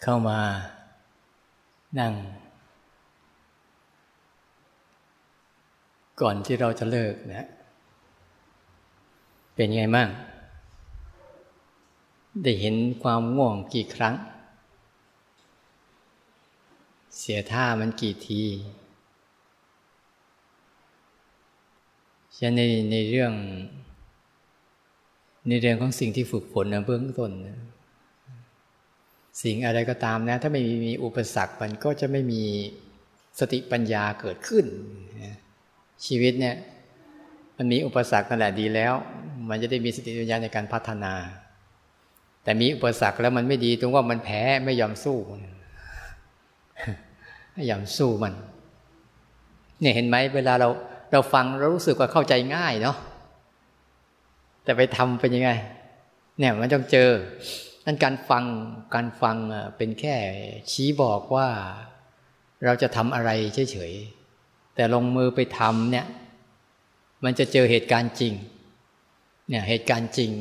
เข้ามานั่งก่อนที่เราจะเลิกนะเป็นไงบ้างได้เห็นความง่วงกี่ครั้งเสียท่ามันกี่ทีฉะนั้นในเรื่องของสิ่งที่ฝึกฝนนะเบื้องต้นนะสิ่งอะไรก็ตามนะถ้าไม่มีอุปสรรคมันก็จะไม่มีสติปัญญาเกิดขึ้นชีวิตเนี่ยมันมีอุปสรรคนั่นแหละดีแล้วมันจะได้มีสติปัญญาในการพัฒนาแต่มีอุปสรรคแล้วมันไม่ดีตรงว่ามันแพ้ไม่ยอมสู้ไม่ยอมสู้มันเนี่ยเห็นไหมเวลาเราฟังเรารู้สึกว่าเข้าใจง่ายเนาะแต่ไปทำเป็นยังไงเนี่ยมันต้องเจอนั่นการฟังเป็นแค่ชี้บอกว่าเราจะทำอะไรเฉยๆแต่ลงมือไปทำเนี่ยมันจะเจอเหตุการณ์จริงเนี่ยเหตุการณ์จริง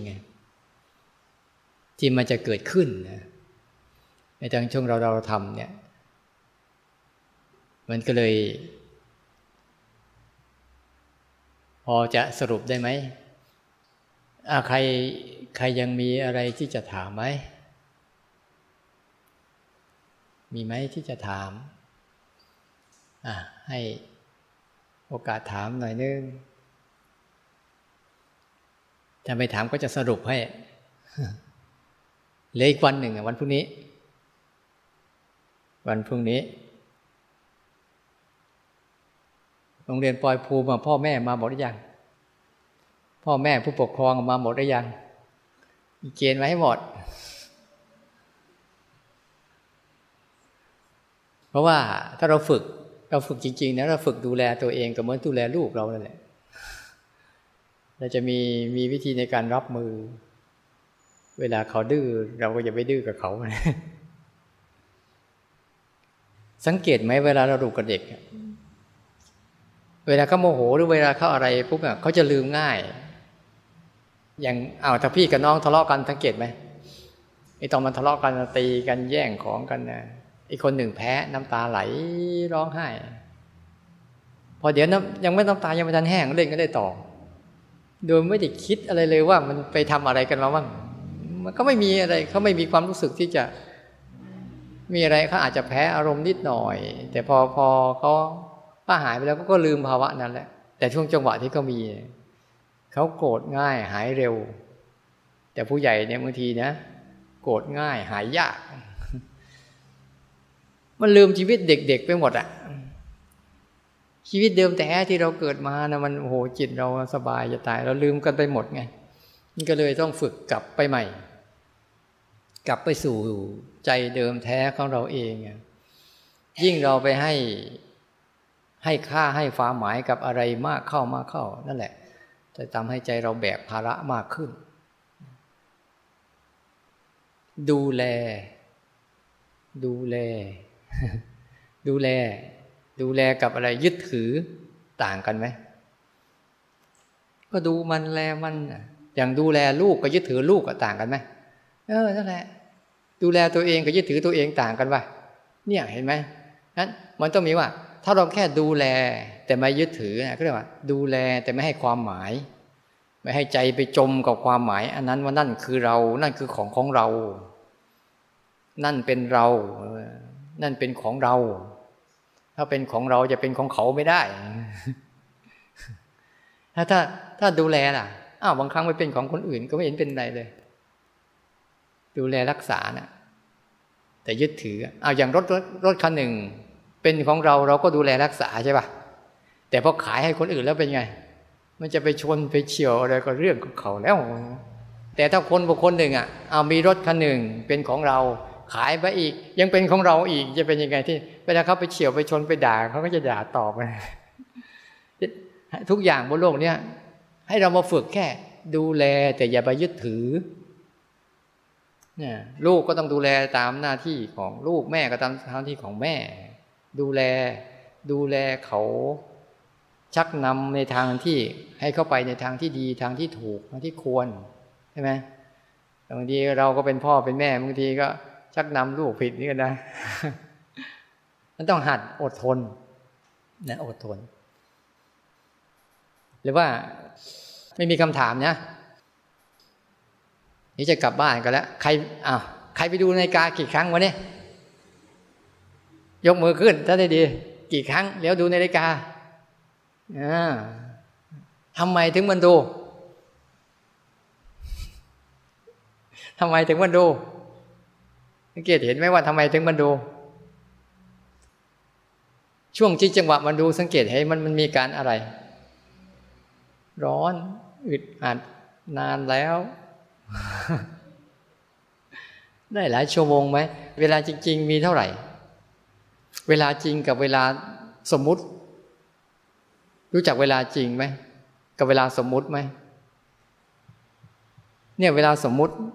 ที่มันจะเกิดขึ้นในตอนช่วงเราทำเนี่ยมันก็เลยพอจะสรุปได้ไหมใครยังมีอะไรที่จะถามไหมมีไหมที่จะถามให้โอกาสถามหน่อยนึงถ้าไม่ถามก็จะสรุปให้เหลืออีกวันหนึ่งวันพรุ่งนี้โรงเรียนปอยภูมิพ่อแม่มาหมดหรือยังพ่อแม่ผู้ปกครองมาหมดหรือยังเกณฑ์มาให้หมดเพราะว่าถ้าเราฝึกจริงๆนะเราฝึกดูแลตัวเองก็เหมือนดูแลลูกเรานั่นแหละเราจะมีวิธีในการรับมือเวลาเขาดื้อเราก็อย่าไปดื้อกับเขาสังเกตไหมเวลาเราดูกับเด็กเวลาเขาโมโหหรือเวลาเขาอะไรปุ๊บเขาจะลืมง่ายอย่างถ้าพี่กับน้องทะเลาะกันสังเกตไหมไอ้ตอนมันทะเลาะกันตีกันแย่งของกันนะอีกคนหนึ่งแพ้น้ำตาไหลร้องไห้พอเดี๋ยวยังไม่น้ำตายังไม่ทันแห้งเล่นก็ได้ต่อโดยไม่ได้คิดอะไรเลยว่ามันไปทำอะไรกันมาบ้างมันก็ไม่มีอะไรเขาไม่มีความรู้สึกที่จะมีอะไรเขาอาจจะแพ้อารมณ์นิดหน่อยแต่พอเขาหายไปแล้วก็ลืมภาวะนั้นแหละแต่ช่วงจังหวะที่เขามีเขาโกรธง่ายหายเร็วแต่ผู้ใหญ่เนี่ยบางทีนะโกรธง่ายหายยากมันลืมชีวิตเด็กๆไปหมดอะชีวิตเดิมแต่ที่เราเกิดมานะมันโอ้โหจิตเราสบายจะตายเราลืมกันไปหมดไงมันก็เลยต้องฝึกกลับไปใหม่กลับไปสู่ใจเดิมแท้ของเราเองยิ่งเราไปให้ค่าให้ความหมายกับอะไรมากเข้านั่นแหละจะทำให้ใจเราแบกภาระมากขึ้นดูแลกับอะไรยึดถือต่างกันไหมก็ดูมันแลมันอย่างดูแลลูกกับยึดถือลูกก็ต่างกันไหมนั่นแหละดูแลตัวเองกับยึดถือตัวเองต่างกันป่ะเนี่ยเห็นไหมนั้นมันต้องมีว่าถ้าเราแค่ดูแลแต่ไม่ยึดถือก็เรียกว่าดูแลแต่ไม่ให้ความหมายไม่ให้ใจไปจมกับความหมายอันนั้นว่านั่นคือเรานั่นคือของเรานั่นเป็นเรานั่นเป็นของเราถ้าเป็นของเราจะเป็นของเขาไม่ได้ถ้าดูแลล่ะบางครั้งไปเป็นของคนอื่นก็ไม่เห็นเป็นไรเลยดูแลรักษานะแต่ยึดถืออย่างรถคันหนึ่งเป็นของเราก็ดูแลรักษาใช่ป่ะแต่พอขายให้คนอื่นแล้วเป็นไงมันจะไปชนไปเฉี่ยวอะไรก็เรื่องของเขาแล้วแต่ถ้าคนบุคคลหนึ่งมีรถคันหนึ่งเป็นของเราขายไปอีกยังเป็นของเราอีกจะเป็นยังไงที่เวลาเขาไปเฉี่ยวไปชนไปด่าเขาก็จะด่าตอบไปทุกอย่างบนโลกนี้ให้เรามาฝึกแค่ดูแลแต่อย่าไปยึดถือเนี่ยลูกก็ต้องดูแลตามหน้าที่ของลูกแม่ก็ตามหน้าที่ของแม่ดูแลเขาชักนำในทางที่ให้เข้าไปในทางที่ดีทางที่ถูกทางที่ควรใช่ไหมบางทีเราก็เป็นพ่อเป็นแม่บางทีก็ชักนำลูกผิดนี่ก็ได้ มันต้องหัดอดทนนะอดทนหรือว่าไม่มีคำถามนะนี่จะกลับบ้านกันแล้วใครไปดูนาฬิกากี่ครั้งวะเนี่ยยกมือขึ้นถ้าได้ดีกี่ครั้งแล้วดูนาฬิกาทำไมถึงมันดูทำไมถึงมันดูสังเกตเห็นไหมว่าทำไมถึงมันดูช่วงที่จังหวะมันดูสังเกตให้มันมีการอะไรร้อนอึดอัดนานแล้ว ได้หลายชั่วโมงไหมเวลาจริงๆมีเท่าไหร่เวลาจริงกับเวลาสมมุติรู้จักเวลาจริงไหมกับเวลาสมมุติไหมเนี่ยเวลาสมมุติ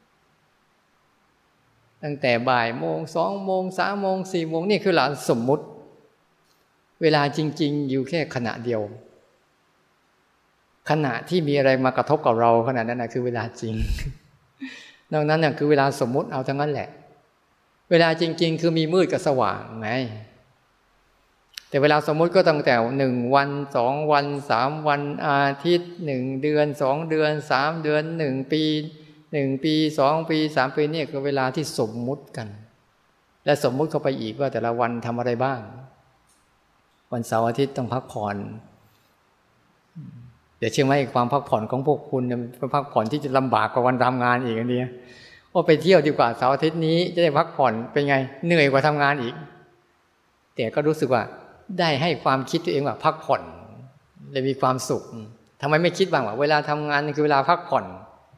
ตั้งแต่บ่ายโมง2 โมง3 โมง4 โมงนี่คือเวลาสมมุติเวลาจริงๆอยู่แค่ขณะเดียวขณะที่มีอะไรมากระทบกับเราขณะนั้นนะคือเวลาจริง นอกนั้นน่ะคือเวลาสมมุติเอาทั้งนั้นแหละเวลาจริงๆคือมีมืดกับสว่างไงแต่เวลาสมมุติก็ตั้งแต่1 วัน2 วัน3 วันอาทิตย์1 เดือน2 เดือน3 เดือน1 ปี1 ปี2 ปี3 ปีเนี่ยคือเวลาที่สมมุติกันและสมมุติเข้าไปอีกว่าแต่ละวันทำอะไรบ้างวันเสาร์อาทิตย์ต้องพักผ่อนเดี๋ยวเชื่อไหมความพักผ่อนของพวกคุณเป็นพักผ่อนที่จะลำบากกว่าวันทำงานอีกอันนี้ว่าไปเที่ยวดีกว่าเสาร์อาทิตย์นี้จะได้พักผ่อนเป็นไงเหนื่อยกว่าทำงานอีกแต่ก็รู้สึกว่าได้ให้ความคิดตัวเองว่าพักผ่อนเลยมีความสุขทำไมไม่คิดบ้างว่าเวลาทำงานนี่คือเวลาพักผ่อน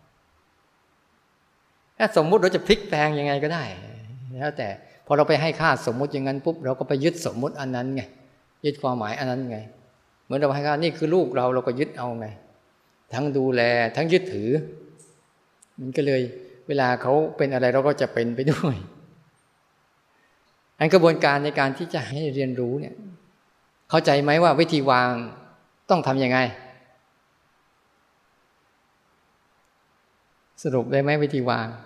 ถ้าสมมุติเราจะพลิกแปลงยังไงก็ได้แล้วแต่พอเราไปให้ค่าสมมุติอย่างนั้นปุ๊บเราก็ไปยึดสมมุติอันนั้นไงยึดความหมายอันนั้นไงเหมือนเราให้ค่านี่คือลูกเราก็ยึดเอาไงทั้งดูแลทั้งยึดถือมันก็เลยเวลาเขาเป็นอะไรเราก็จะเป็นไปด้วยอันกระบวนการในการที่จะให้เรียนรู้เนี่ยเข้าใจไหมว่าวิธีวางต้องทำยังไงสรุปได้ไหมวิธีวาง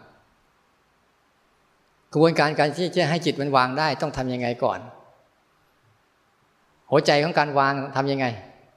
กระบวนการที่จะให้จิตมันวางได้ต้องทำยังไงก่อนหัวใจของการวางทำยังไง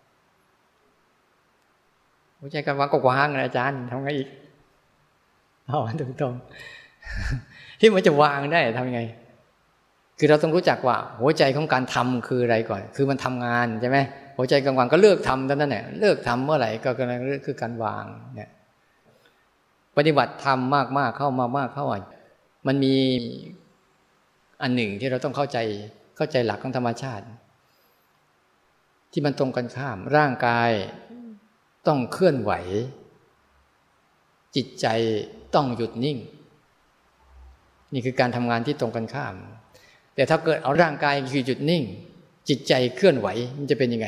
หัวใจการวางก็วางนะอาจารย์ทำไงอีกเอาตรงๆที่มันจะวางได้ทำยังไงคือเราต้องรู้จักว่าหัวใจของการทำคืออะไรก่อนคือมันทำงานใช่ไหมหัวใจการวางก็เลิกทำนั่นแหละเลิกทำเมื่อไหร่ก็คือการวางเนี่ยปฏิบัติธรรมมากๆเข้ามันมีอันหนึ่งที่เราต้องเข้าใจหลักของธรรมชาติที่มันตรงกันข้ามร่างกายต้องเคลื่อนไหวจิตใจต้องหยุดนิ่งนี่คือการทำงานที่ตรงกันข้ามแต่ถ้าเกิดเอาร่างกายคือหยุดนิ่งจิตใจเคลื่อนไหวมันจะเป็นยังไง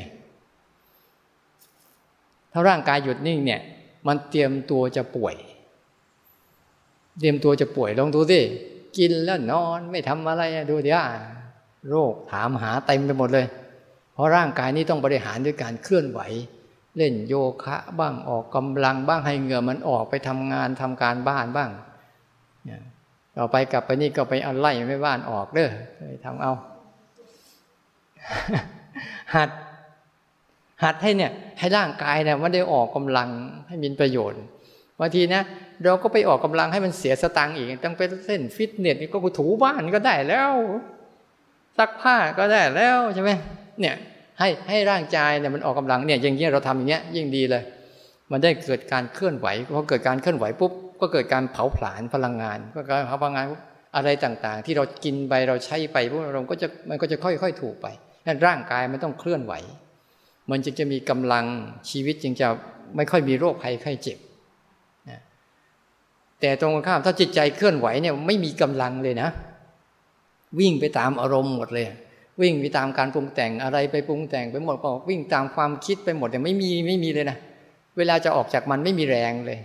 ถ้าร่างกายหยุดนิ่งเนี่ยมันเตรียมตัวจะป่วยลองดูสิกินแล้วนอนไม่ทำอะไรดูดิโรคถามหาเต็มไปหมดเลยเพราะร่างกายนี้ต้องบริหารด้วยการเคลื่อนไหวเล่นโยคะบ้างออกกำลังบ้างให้เหงื่อมันออกไปทำงานทำการบ้านบ้างต่อไปกลับไปนี่ก็ไปเอาไล่แม่บ้านออกเด้อไปทำเอา หัดให้เนี่ยให้ร่างกายเนี่ยมันได้ออกกำลังให้มีประโยชน์บางทีนะเราก็ไปออกกำลังให้มันเสียสตางค์อีกต้องไปเล่นฟิตเนสก็ถูบ้านก็ได้แล้วซักผ้าก็ได้แล้วใช่ไหมเนี่ยให้ร่างกายเนี่ยมันออกกำลังเนี่ยอย่างเงี้ยเราทำอย่างเงี้ยยิ่งดีเลยมันได้เกิดการเคลื่อนไหวพอเกิดการเคลื่อนไหวปุ๊บก็เกิดการเผาผลาญพลังงานก็การเผาพลังงานอะไรต่างๆที่เรากินไปเราใช้ไปพวกเรามันก็จะค่อยๆถูกไปนั่นร่างกายมันต้องเคลื่อนไหวมันจึงจะมีกำลังชีวิตจึงจะไม่ค่อยมีโรคภัยไข้เจ็บนะแต่ตรงกันข้ามถ้าจิตใจเคลื่อนไหวเนี่ยไม่มีกำลังเลยนะวิ่งไปตามอารมณ์หมดเลยวิ่งไปตามการปรุงแต่งอะไรไปปรุงแต่งไปหมดก็วิ่งตามความคิดไปหมดแต่ไม่มีเลยนะเวลาจะออกจากมันไม่มีแรงเลย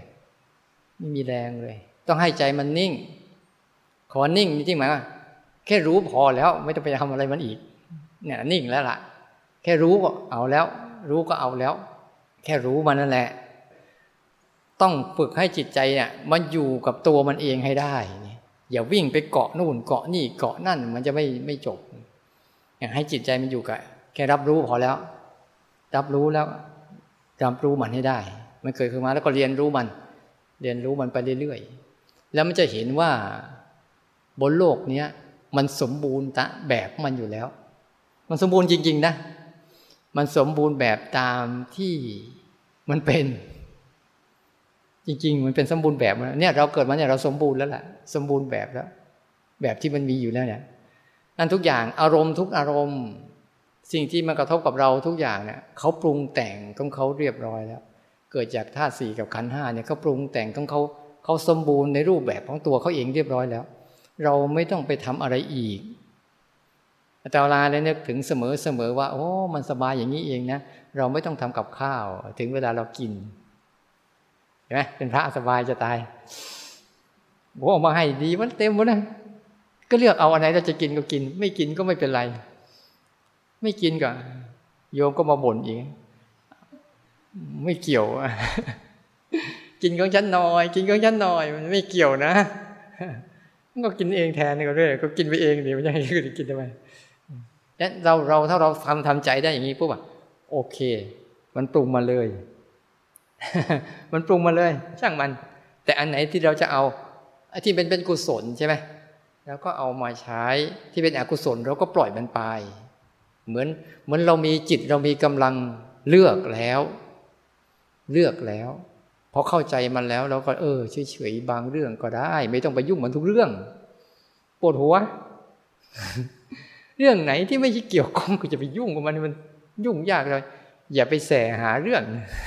ต้องให้ใจมันนิ่งขอนิ่งจริงไหมว่าแค่รู้พอแล้วไม่ต้องไปทำอะไรมันอีกเนี่ยนิ่งแล้วล่ะแค่รู้ก็เอาแล้วรู้ก็เอาแล้วแค่รู้มันนั่นแหละต้องฝึกให้จิตใจเนี่ยมันอยู่กับตัวมันเองให้ได้อย่าวิ่งไปเกาะนู่นเกาะนี่เกาะนั่นมันจะไม่จบอยากให้จิตใจมันอยู่กับแค่รับรู้พอแล้วรับรู้แล้วรับรู้มันให้ได้มันเกิดขึ้นมาแล้วก็เรียนรู้มันไปเรื่อยๆแล้วมันจะเห็นว่าบนโลกนี้มันสมบูรณ์แบบมันอยู่แล้วมันสมบูรณ์จริงๆนะมันสมบูรณ์แบบตามที่มันเป็นจริงๆมันเป็นสมบูรณ์แบบเนี่ยเราเกิดมาเนี่ยเราสมบูรณ์แล้วแหละสมบูรณ์แบบแล้วแบบที่มันมีอยู่แล้วเนี่ยนั่นทุกอย่างอารมณ์ทุกอารมณ์สิ่งที่มันกระทบกับเราทุกอย่างเนี่ยเขาปรุงแต่งของเขาเรียบร้อยแล้วเกิดจากธาตุสี่กับขันธ์ห้าเนี่ยเขาปรุงแต่งของเขาสมบูรณ์ในรูปแบบของตัวเขาเองเรียบร้อยแล้วเราไม่ต้องไปทำอะไรอีกแต่เวลาเลยนึกถึงเสมอว่าโอ้มันสบายอย่างนี้เองนะเราไม่ต้องทำกับข้าวถึงเวลาเรากินเห็นไหมเป็นพระสบายจะตายโอ้มาให้ดีมันเต็มหมดนะก็เลือกเอาอันไหนเราจะกินก็กินไม่กินก็ไม่เป็นไรไม่กินก็โยมก็มาบ่นอีกไม่เกี่ยวกินของฉันหน่อยกินของฉันหน่อยมันไม่เกี่ยวนะก็กินเองแทนก็ได้ก็กินไปเองเดี๋ยวไม่ใช่กินทำไมและเราถ้าเราทำใจได้อย่างนี้ปุ๊บโอเคมันปรุงมาเลยมันปรุงมาเลยช่างมันแต่อันไหนที่เราจะเอาที่เป็นกุศลใช่ไหมแล้วก็เอามาใช้ที่เป็นอกุศลเราก็ปล่อยมันไปเหมือนเรามีจิตเรามีกำลังเลือกแล้วพอเข้าใจมันแล้วเราก็เฉยๆบางเรื่องก็ได้ไม่ต้องไปยุ่งมันทุกเรื่องปวดหัว เรื่องไหนที่ไม่เกี่ยวข้องก็จะไปยุ่งกับมันยุ่งยากเลยอย่าไปแสหาเรื่อง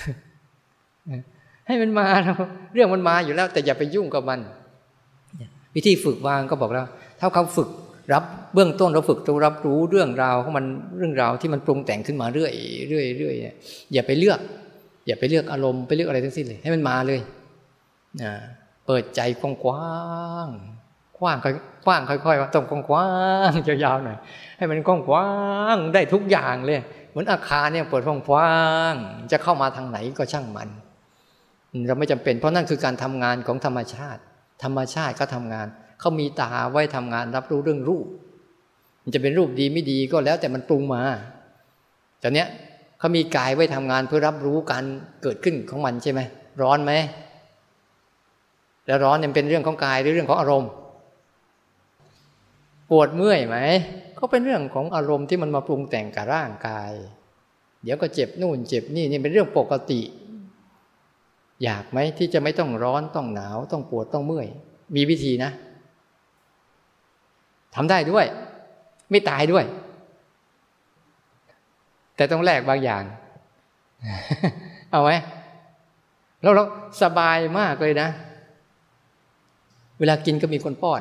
ให้มันมาแล้วเรื่องมันมาอยู่แล้วแต่อย่าไปยุ่งกับมันวิธีฝึกวางก็บอกแล้วถ้าเขาฝึกรับเบื้องต้นเราฝึกตัวรับรู้เรื่องราวของมันเรื่องราวที่มันปรุงแต่งขึ้นมาเรื่อยอย่าไปเลือกอารมณ์ไปเลือกอะไรทั้งสิ้นเลยให้มันมาเลยเปิดใจกว้างค่อยๆต้องกว้างยาวๆหน่อยให้มันกว้างได้ทุกอย่างเลยเหมือนอาคารเนี่ยเปิดกว้างจะเข้ามาทางไหนก็ช่างมันเราไม่จำเป็นเพราะนั่นคือการทำงานของธรรมชาติเขาทำงานเขามีตาไว้ทำงานรับรู้เรื่องรูปมันจะเป็นรูปดีไม่ดีก็แล้วแต่มันปรุงมาแต่เนี้ยเขามีกายไว้ทำงานเพื่อรับรู้การเกิดขึ้นของมันใช่ไหมร้อนไหมแล้วร้อนเนี่ยเป็นเรื่องของกายหรือเรื่องของอารมณ์ปวดเมื่อยไหมก็เป็นเรื่องของอารมณ์ที่มันมาปรุงแต่งกับร่างกายเดี๋ยวก็เจ็บนู่นเจ็บนี่เป็นเรื่องปกติอยากไหมที่จะไม่ต้องร้อนต้องหนาวต้องปวดต้องเมื่อยมีวิธีนะทำได้ด้วยไม่ตายด้วยแต่ต้องแลกบางอย่าง เอาไหมแล้วเราสบายมากเลยนะเวลากินก็มีคนป้อน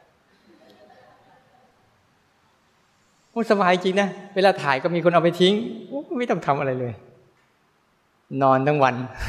มันสบายจริงนะเวลาถ่ายก็มีคนเอาไปทิ้งไม่ต้องทำอะไรเลยนอนทั้งวัน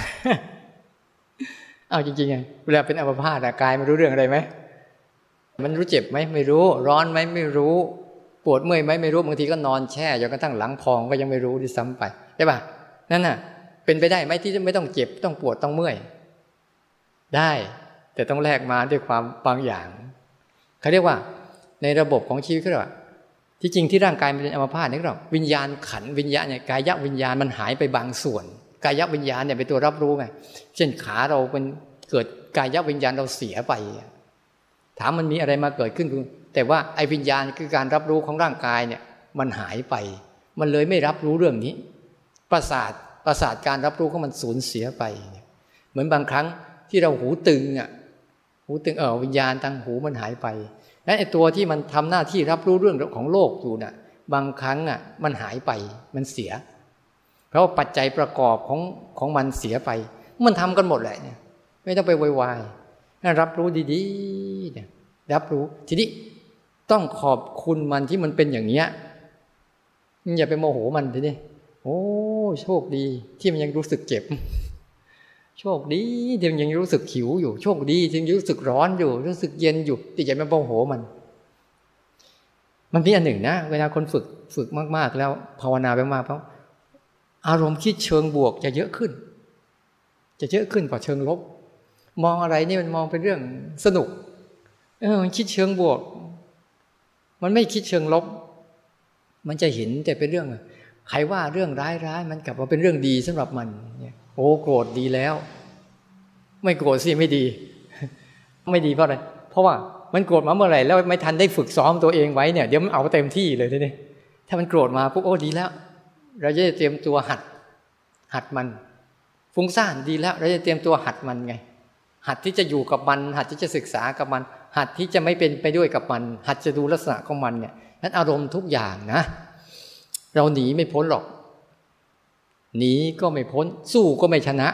เอาจริงๆไงเวลาเป็นอัมพาตกายมันรู้เรื่องอะไรไหมมันรู้เจ็บไหมไม่รู้ร้อนไหมไม่รู้ปวดเมื่อยไหมไม่รู้บางทีก็นอนแช่จนกระทั่งหลังพองก็ยังไม่รู้ด้วยซ้ำไปใช่ป่ะนั่นน่ะเป็นไปได้ไหมที่จะไม่ต้องเจ็บต้องปวดต้องเมื่อยได้แต่ต้องแลกมาด้วยความบางอย่างเขาเรียกว่าในระบบของชีวิตเขาเรียกว่าที่จริงที่ร่างกายมันเป็นอัมพาตนี่ก็วิญญาณขันวิญญาณเนี่ยกายวิญญาณมันหายไปบางส่วนกายวิญญาณเนี่ยเป็นตัวรับรู้ไงเช่นขาเราเป็นเกิดกายวิญญาณเราเสียไปถามมันมีอะไรมาเกิดขึ้นแต่ว่าไอ้วิญญาณคือการรับรู้ของร่างกายเนี่ยมันหายไปมันเลยไม่รับรู้เรื่องนี้ประสาทการรับรู้ของมันสูญเสียไปเหมือนบางครั้งที่เราหูตึงวิญญาณทางหูมันหายไปและไอ้ตัวที่มันทำหน้าที่รับรู้เรื่องของโลกอยู่น่ะบางครั้งมันหายไปมันเสียเพราะปัจจัยประกอบของมันเสียไปมันทำกันหมดแหละเนี่ยไม่ต้องไปวายรับรู้ดีๆเนี่ยรับรู้ทีนี้ต้องขอบคุณมันที่มันเป็นอย่างเนี้ยอย่าไปโมโหมันทีนี้โอ้โชคดีที่มันยังรู้สึกเจ็บโชคดีที่มันยังรู้สึกหิวอยู่โชคดีที่ยังรู้สึกร้อนอยู่รู้สึกเย็นอยู่ที่จะไม่โมโหมันมีอันหนึ่งนะเวลาคนฝึกมากๆแล้วภาวนาไปมากเพราะอารมณ์คิดเชิงบวกจะเยอะขึ้นกว่าเชิงลบมองอะไรนี่มันมองเป็นเรื่องสนุกมันคิดเชิงบวกมันไม่คิดเชิงลบมันจะเห็นแต่เป็นเรื่องใครว่าเรื่องร้ายมันกลับมาเป็นเรื่องดีสำหรับมันโอ้โกรธดีแล้วไม่โกรธสิไม่ดีไม่ดีเพราะอะไรเพราะว่ามันโกรธมาเมื่อไหร่แล้วไม่ทันได้ฝึกซ้อมตัวเองไว้เนี่ยเดี๋ยวมันเอาเต็มที่เลยทีนี้ถ้ามันโกรธมาปุ๊บโอ้ดีแล้วเราจะเตรียมตัวหัดมันฟุ้งซ่านดีแล้วเราจะเตรียมตัวหัดมันไงหัดที่จะอยู่กับมันหัดที่จะศึกษากับมันหัดที่จะไม่เป็นไปด้วยกับมันหัดจะดูลักษณะของมันเนี่ยนั้นอารมณ์ทุกอย่างนะเราหนีไม่พ้นหรอกหนีก็ไม่พ้นสู้ก็ไม่ชนะ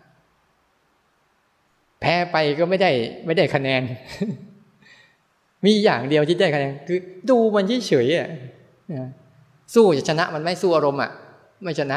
แพ้ไปก็ไม่ได้คะแนน มีอย่างเดียวที่ได้คะแนนคือดูมันเฉยๆสู้จะชนะมันไม่สู้อารมณ์อ่ะไม่ชนะ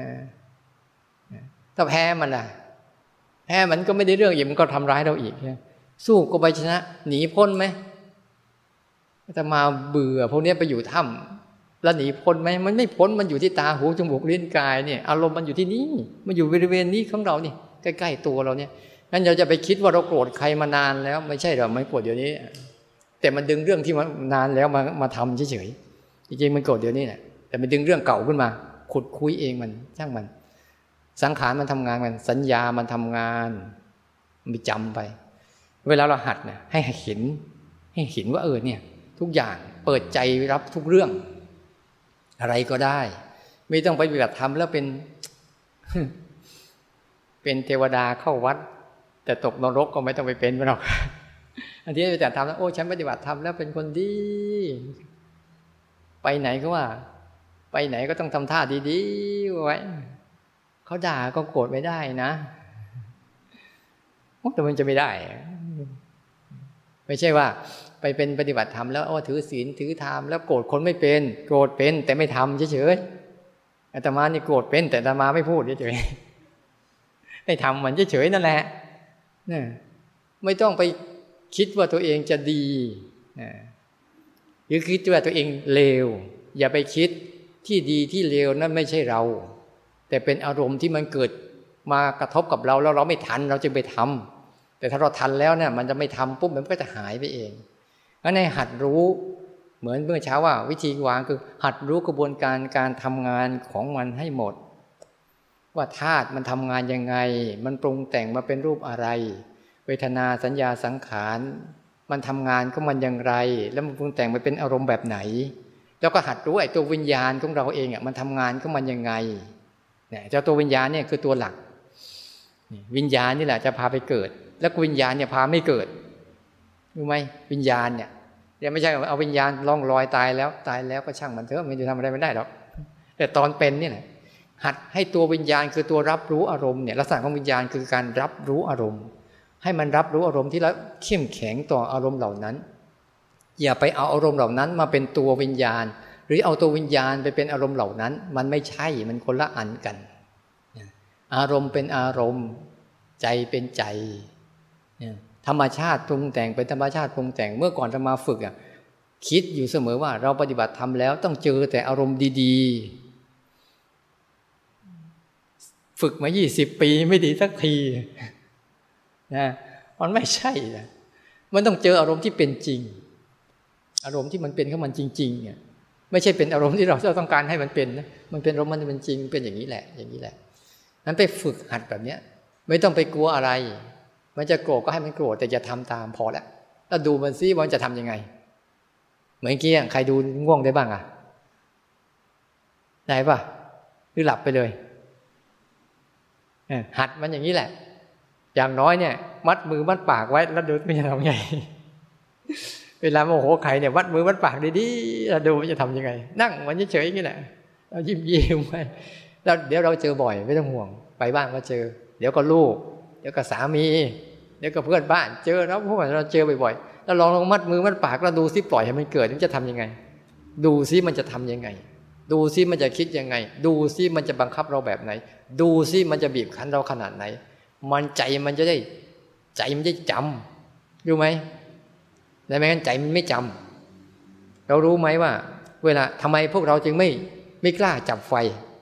ถ้าแพ้มันล่ะแพ้มันก็ไม่ได้เรื่องอีกมันก็ทำร้ายเราอีกสู้ก็ไปชนะหนีพ้นไหมแต่มาเบื่อพวกนี้ไปอยู่ถ้ำแล้วหนีพ้นไหมมันไม่พ้นมันอยู่ที่ตาหูจมูกลิ้นกายเนี่ยอารมณ์มันอยู่ที่นี่มันอยู่บริเวณนี้ของเรานี่ใกล้ๆตัวเราเนี่ยงั้นเราจะไปคิดว่าเราโกรธใครมานานแล้วไม่ใช่เราไม่โกรธเดี๋ยวนี้แต่มันดึงเรื่องที่มันนานแล้วมาทำเฉยๆจริงๆมันโกรธเดี๋ยวนี้แหละแต่มันดึงเรื่องเก่าขึ้นมาขุดคุยเองมันช่างมันสังขารมันทำงานมันสัญญามันทำงานมันจำไปเวลาเราหัดนะให้เห็นว่าเนี่ยทุกอย่างเปิดใจรับทุกเรื่องอะไรก็ได้ไม่ต้องไปปฏิบัติธรรมแล้วเป็นเทวดาเข้าวัดแต่ตกนรกก็ไม่ต้องไปเป็นหรอกอันที่ปฏิบัติธรรมแล้วโอ้ฉันปฏิบัติธรรมแล้วเป็นคนดีไปไหนก็ว่าไปไหนก็ต้องทำท่าดีๆไว้เขาด่าก็โกรธไม่ได้นะแต่มันจะไม่ได้ไม่ใช่ว่าไปเป็นปฏิบัติธรรมแล้วถือศีลถือธรรมแล้วโกรธคนไม่เป็นโกรธเป็นแต่ไม่ทำเฉยๆอาตมานี่โกรธเป็นแต่อาตมาไม่พูดเฉยๆไม่ทำมันเฉยๆนั่นแหละไม่ต้องไปคิดว่าตัวเองจะดีหรือคิดว่าตัวเองเลวอย่าไปคิดที่ดีที่เลวนั่นไม่ใช่เราแต่เป็นอารมณ์ที่มันเกิดมากระทบกับเราแล้วเราไม่ทันเราจึงไปทำแต่ถ้าเราทันแล้วเนี่ยมันจะไม่ทำปุ๊บมันก็จะหายไปเองงั้นให้หัดรู้เหมือนเมื่อเช้าว่าวิธีวางคือหัดรู้กระบวนการทำงานของมันให้หมดว่าธาตุมันทำงานยังไงมันปรุงแต่งมาเป็นรูปอะไรเวทนาสัญญาสังขารมันทำงานของมันอย่างไรแล้วมันปรุงแต่งมาเป็นอารมณ์แบบไหนแล้วก็หัดรู้ไอ้ตัววิญญาณของเราเองมันทำงานของมันยังไงเนี่ยเจ้าตัววิญญาณเนี่ยคือตัวหลักวิญญาณนี่แหละจะพาไปเกิดแล้ววิญญาณเนี่ยพาไม่เกิดรู้ไหมวิญญาณเนี่ยไม่ใช่เอาวิญญาณล่องลอยตายแล้วก็ช่างมันเถอะมันจะทำอะไรไม่ได้หรอกแต่ตอนเป็นนี่แหละหัดให้ตัววิญญาณคือตัวรับรู้อารมณ์เนี่ยลักษณะของวิญญาณคือการรับรู้อารมณ์ให้มันรับรู้อารมณ์ที่แล้วเข้มแข็งต่ออารมณ์เหล่านั้นอย่าไปเอาอารมณ์เหล่านั้นมาเป็นตัววิญญาณหรือเอาตัววิญญาณไปเป็นอารมณ์เหล่านั้นมันไม่ใช่มันคนละอันกันอารมณ์เป็นอารมณ์ใจเป็นใจธรรมชาติปรุงแต่งเป็นธรรมชาติปรุงแต่งเมื่อก่อนจะมาฝึกคิดอยู่เสมอว่าเราปฏิบัติธรรมแล้วต้องเจอแต่อารมณ์ดีๆฝึกมา20 ปีไม่ดีสักทีนะมันไม่ใช่นะมันต้องเจออารมณ์ที่เป็นจริงอารมณ์ที่มันเป็นของมันจริงๆเนี่ยไม่ใช่เป็นอารมณ์ที่เราต้องการให้มันเป็นนะมันเป็นอารมณ์มันเป็นจริงเป็นอย่างนี้แหละอย่างนี้แหละนั้นไปฝึกหัดแบบเนี้ยไม่ต้องไปกลัวอะไรมันจะโกรธก็ให้มันโกรธแต่อย่าทำตามพอแล้วแล้วดูมันซิว่ามันจะทำยังไงเหมือนกี้ใครดูง่วงได้บ้างได้ป่ะหรือหลับไปเลยหัดมันอย่างนี้แหละอย่างน้อยเนี่ยมัดมือมัดปากไว้แล้วดูมันจะทำยังไงเวลาโมโหใครเนี่ยมัดมือมัดปากดีๆแล้วดูมันจะทำยังไงนั่งมันเฉยๆอย่างนี้แหละเรายิ้มไปแล้วเดี๋ยวเราเจอบ่อยไม่ต้องห่วงไปบ้านก็เจอเดี๋ยวก็ลูกเดี๋ยวก็สามีเดี๋ยวก็เพื่อนบ้านเจอแล้วพวกเราเจอบ่อยๆแล้วลองมัดมือมัดปากแล้วดูซิปล่อยให้มันเกิดมันจะทำยังไงดูซิมันจะทำยังไงดูซิมันจะคิดยังไงดูซิมันจะบังคับเราแบบไหนดูซิมันจะบีบคั้นเราขนาดไหนมันใจมันจะจำรู้ไหมแต่ไม่งั้นใจมันไม่จำเรารู้ไหมว่าเวลาทำไมพวกเราจึงไม่กล้าจับไฟ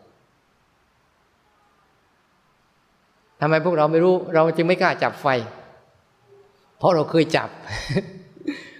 ทำไมพวกเราไม่รู้เราจึงไม่กล้าจับไฟเพราะเราเคยจับ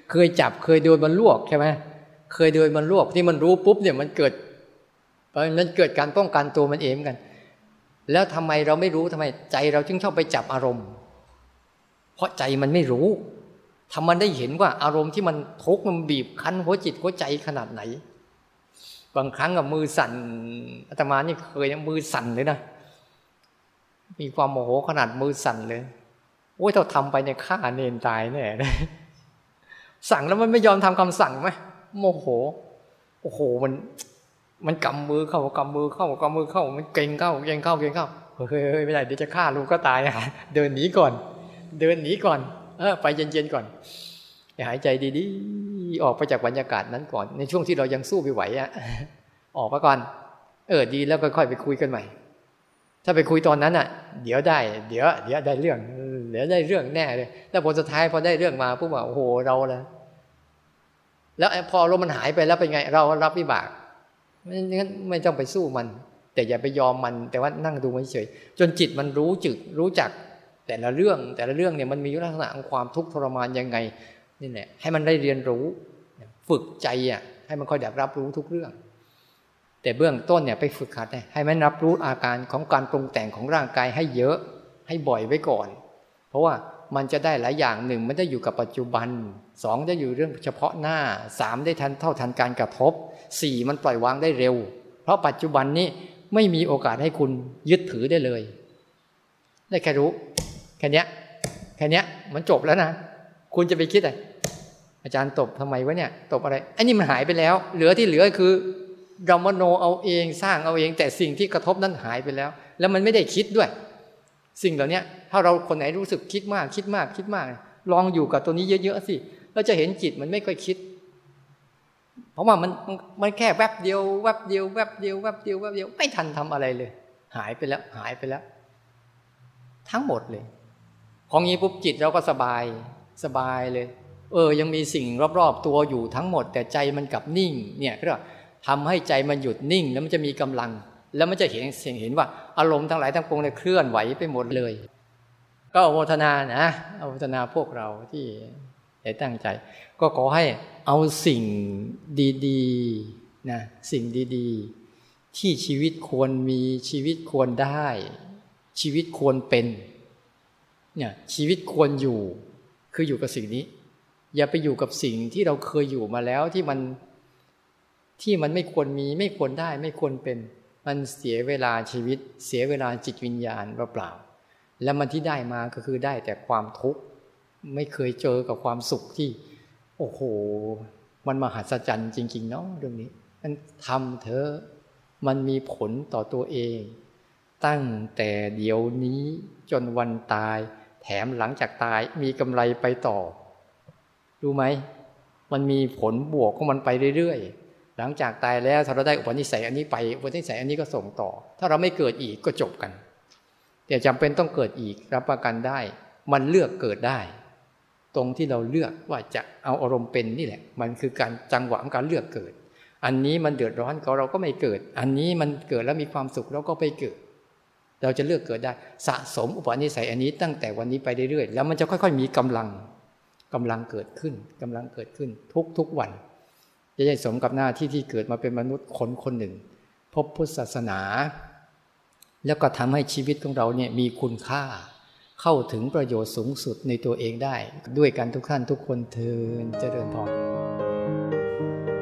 เคยจับเคยโดนมันลวกใช่ไหมเคยโดนมันลวกที่มันรู้ปุ๊บเนี่ยมันเกิดการป้องกันตัวมันเองกันแล้วทำไมเราไม่รู้ทำไมใจเราจึงชอบไปจับอารมณ์เพราะใจมันไม่รู้ทำมันได้เห็นว่าอารมณ์ที่มันทุกข์มันบีบคั้นหัวจิตหัวใจขนาดไหนบางครั้งกับมือสั่นอาตมานี่เคยมือสั่นเลยนะมีความโมโหขนาดมือสั่นเลยโอ้ยถ้าทำไปเนี่ยฆ่าเนรตายแน่เลยสั่งแล้วมันไม่ยอมทำคำสั่งไหมโมโหโอ้โหมันกำมือเข้ากำมือเข้มันเก่งเข้าเฮ้ยไม่ได้เดี๋ยวจะฆ่าลูกก็ตายเดินหนีก่อนไปเย็นๆก่อนหายใจดีๆออกไปจากบรรยากาศนั้นก่อนในช่วงที่เรายังสู้ไม่ไหวออกไปก่อนดีแล้วค่อยๆไปคุยกันใหม่ถ้าไปคุยตอนนั้นเดี๋ยวได้เรื่องแน่เลยแล้วผลสุดท้ายพอได้เรื่องมาปุ๊บว่าโอ้โหเราแล้วพอลมมันหายไปแล้วเป็นไงเรารับวิบากไม่ต้องไปสู้มันแต่อย่าไปยอมมันแต่ว่านั่งดูมันเฉยจนจิตมันรู้จักแต่ละเรื่องเนี่ยมันมีลักษณะของความทุกข์ทรมานยังไงนี่แหละให้มันได้เรียนรู้ฝึกใจให้มันค่อยรับรู้ทุกเรื่องแต่เบื้องต้นเนี่ยไปฝึกหัดให้มันรับรู้อาการของการปรุงแต่งของร่างกายให้เยอะให้บ่อยไว้ก่อนเพราะว่ามันจะได้หลายอย่าง1มันได้อยู่กับปัจจุบัน2ได้อยู่เรื่องเฉพาะหน้า3ได้เท่าทันการกระทบ4มันปล่อยวางได้เร็วเพราะปัจจุบันนี้ไม่มีโอกาสให้คุณยึดถือได้เลยได้แค่รู้แค่เนี้ยมันจบแล้วนะคุณจะไปคิดอะไรอาจารย์ตบทำไมวะเนี่ยตบอะไรไอ้นี่มันหายไปแล้วเหลือคือเรามโนเอาเองสร้างเอาเองแต่สิ่งที่กระทบนั้นหายไปแล้วมันไม่ได้คิดด้วยสิ่งเหล่านี้ถ้าเราคนไหนรู้สึกคิดมากลองอยู่กับตัวนี้เยอะๆสิเราจะเห็นจิตมันไม่ค่อยคิดเพราะว่ามันแค่แวบเดียวไม่ทันทำอะไรเลยหายไปแล้วทั้งหมดเลยของนี้ปุ๊บจิตเราก็สบายเลยยังมีสิ่งรอบๆตัวอยู่ทั้งหมดแต่ใจมันกลับนิ่งเนี่ยก็ทำให้ใจมันหยุดนิ่งแล้วมันจะมีกำลังแล้วมันจะเห็นว่าอารมณ์ทั้งหลายทั้งปวงเนี่ยเคลื่อนไหวไปหมดเลยก็อนุโมทนาพวกเราที่ได้ตั้งใจก็ขอให้เอาสิ่งดีๆนะสิ่งดีๆที่ชีวิตควรมีชีวิตควรได้ชีวิตควรเป็นเนี่ยชีวิตควรอยู่คืออยู่กับสิ่งนี้อย่าไปอยู่กับสิ่งที่เราเคยอยู่มาแล้วที่มันไม่ควรมีไม่ควรได้ไม่ควรเป็นมันเสียเวลาชีวิตเสียเวลาจิตวิญญาณเปล่าๆแล้วมันที่ได้มาก็คือได้แต่ความทุกข์ไม่เคยเจอกับความสุขที่โอ้โหมันมหัศจรรย์จริงๆเนาะเรื่องนี้มันทำเถอะมันมีผลต่อตัวเองตั้งแต่เดี๋ยวนี้จนวันตายแถมหลังจากตายมีกำไรไปต่อรู้ไหมมันมีผลบวกของมันไปเรื่อยๆหลังจากตายแล้วถ้าเราได้อุปนิสัยอันนี้ไปอุปนิสัยอันนี้ก็ส่งต่อถ้าเราไม่เกิดอีกก็จบกันแต่จำเป็นต้องเกิดอีกรับประกันได้มันเลือกเกิดได้ตรงที่เราเลือกว่าจะเอาอารมณ์เป็นนี่แหละมันคือการจังหวะของการเลือกเกิดอันนี้มันเดือดร้อนเราก็ไม่เกิดอันนี้มันเกิดแล้วมีความสุขเราก็ไปเกิดเราจะเลือกเกิดได้สะสมอุปนิสัยอันนี้ตั้งแต่วันนี้ไปเรื่อยๆแล้วมันจะค่อยๆมีกำลังเกิดขึ้นทุกวันจะได้สมกับหน้าที่เกิดมาเป็นมนุษย์คนหนึ่งพบพุทธศาสนาแล้วก็ทำให้ชีวิตของเราเนี่ยมีคุณค่าเข้าถึงประโยชน์สูงสุดในตัวเองได้ด้วยกันทุกท่านทุกคนเทอญเจริญพร